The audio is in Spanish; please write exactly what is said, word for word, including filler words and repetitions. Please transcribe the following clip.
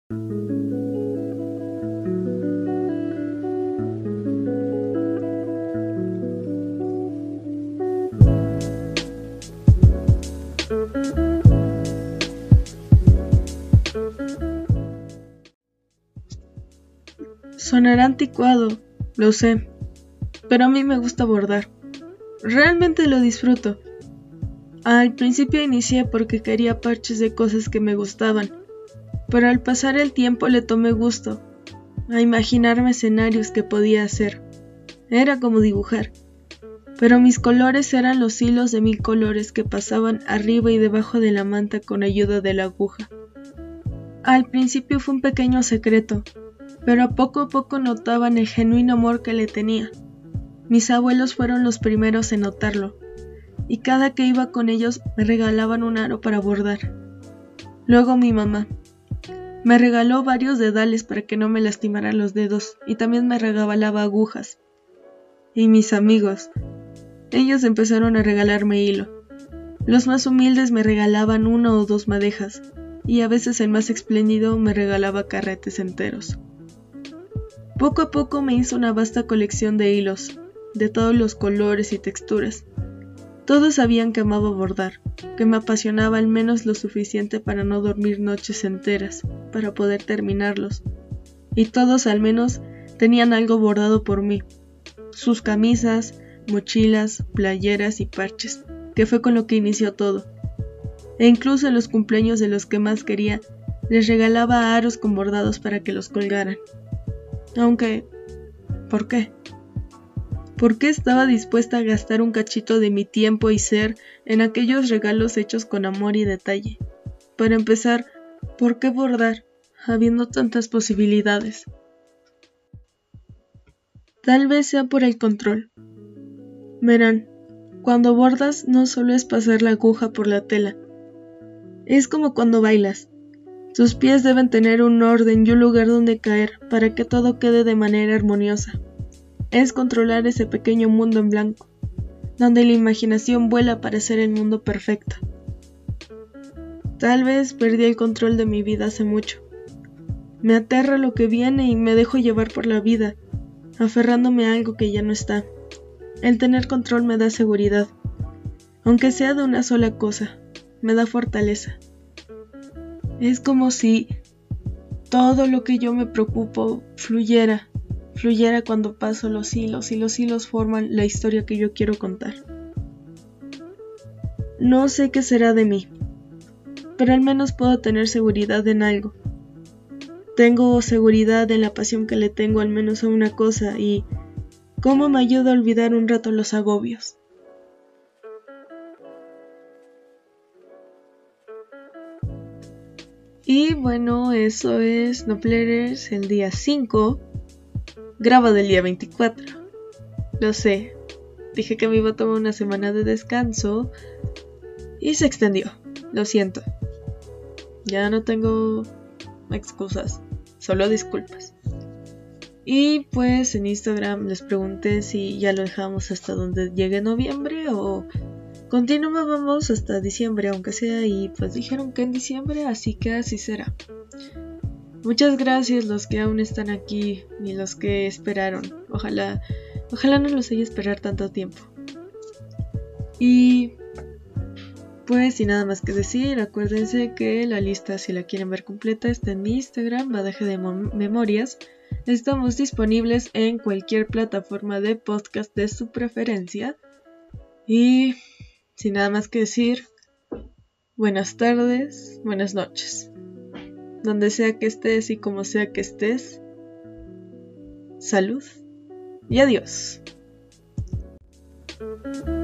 Sonará anticuado, lo sé, pero a mí me gusta bordar. Realmente lo disfruto. Al principio inicié porque quería parches de cosas que me gustaban, pero al pasar el tiempo le tomé gusto a imaginarme escenarios que podía hacer. Era como dibujar, pero mis colores eran los hilos de mil colores que pasaban arriba y debajo de la manta con ayuda de la aguja. Al principio fue un pequeño secreto, pero poco a poco notaban el genuino amor que le tenía. Mis abuelos fueron los primeros en notarlo, y cada que iba con ellos me regalaban un aro para bordar. Luego mi mamá me regaló varios dedales para que no me lastimaran los dedos, y también me regalaba agujas. Y mis amigos, ellos empezaron a regalarme hilo. Los más humildes me regalaban una o dos madejas, y a veces el más espléndido me regalaba carretes enteros. Poco a poco me hizo una vasta colección de hilos, de todos los colores y texturas. Todos sabían que amaba bordar, que me apasionaba al menos lo suficiente para no dormir noches enteras, para poder terminarlos. Y todos al menos tenían algo bordado por mí. Sus camisas, mochilas, playeras y parches, que fue con lo que inició todo. E incluso en los cumpleaños de los que más quería, les regalaba aros con bordados para que los colgaran. Aunque, ¿por qué? ¿Por qué estaba dispuesta a gastar un cachito de mi tiempo y ser en aquellos regalos hechos con amor y detalle? Para empezar, ¿por qué bordar, habiendo tantas posibilidades? Tal vez sea por el control. Verán, cuando bordas no solo es pasar la aguja por la tela. Es como cuando bailas. Tus pies deben tener un orden y un lugar donde caer para que todo quede de manera armoniosa. Es controlar ese pequeño mundo en blanco, donde la imaginación vuela para hacer el mundo perfecto. Tal vez perdí el control de mi vida hace mucho. Me aterra lo que viene y me dejo llevar por la vida, aferrándome a algo que ya no está. El tener control me da seguridad, aunque sea de una sola cosa, me da fortaleza. Es como si todo lo que yo me preocupo fluyera, fluyera cuando paso los hilos y los hilos forman la historia que yo quiero contar. No sé qué será de mí, pero al menos puedo tener seguridad en algo. Tengo seguridad en la pasión que le tengo al menos a una cosa y cómo me ayuda a olvidar un rato los agobios. Y bueno, eso es Nopletters el día cinco. Grabo del día veinticuatro. Lo sé, dije que me iba a tomar una semana de descanso y se extendió, lo siento. Ya no tengo excusas, solo disculpas. Y pues en Instagram les pregunté si ya lo dejamos hasta donde llegue noviembre o continuábamos hasta diciembre, aunque sea, y pues dijeron que en diciembre, así que así será. Muchas gracias los que aún están aquí y los que esperaron. Ojalá, ojalá no los haya esperar tanto tiempo. Y pues sin nada más que decir, acuérdense que la lista, si la quieren ver completa, está en mi Instagram, Badaje de Memorias. Estamos disponibles en cualquier plataforma de podcast de su preferencia. Y sin nada más que decir, buenas tardes, buenas noches. Donde sea que estés y como sea que estés, salud y adiós.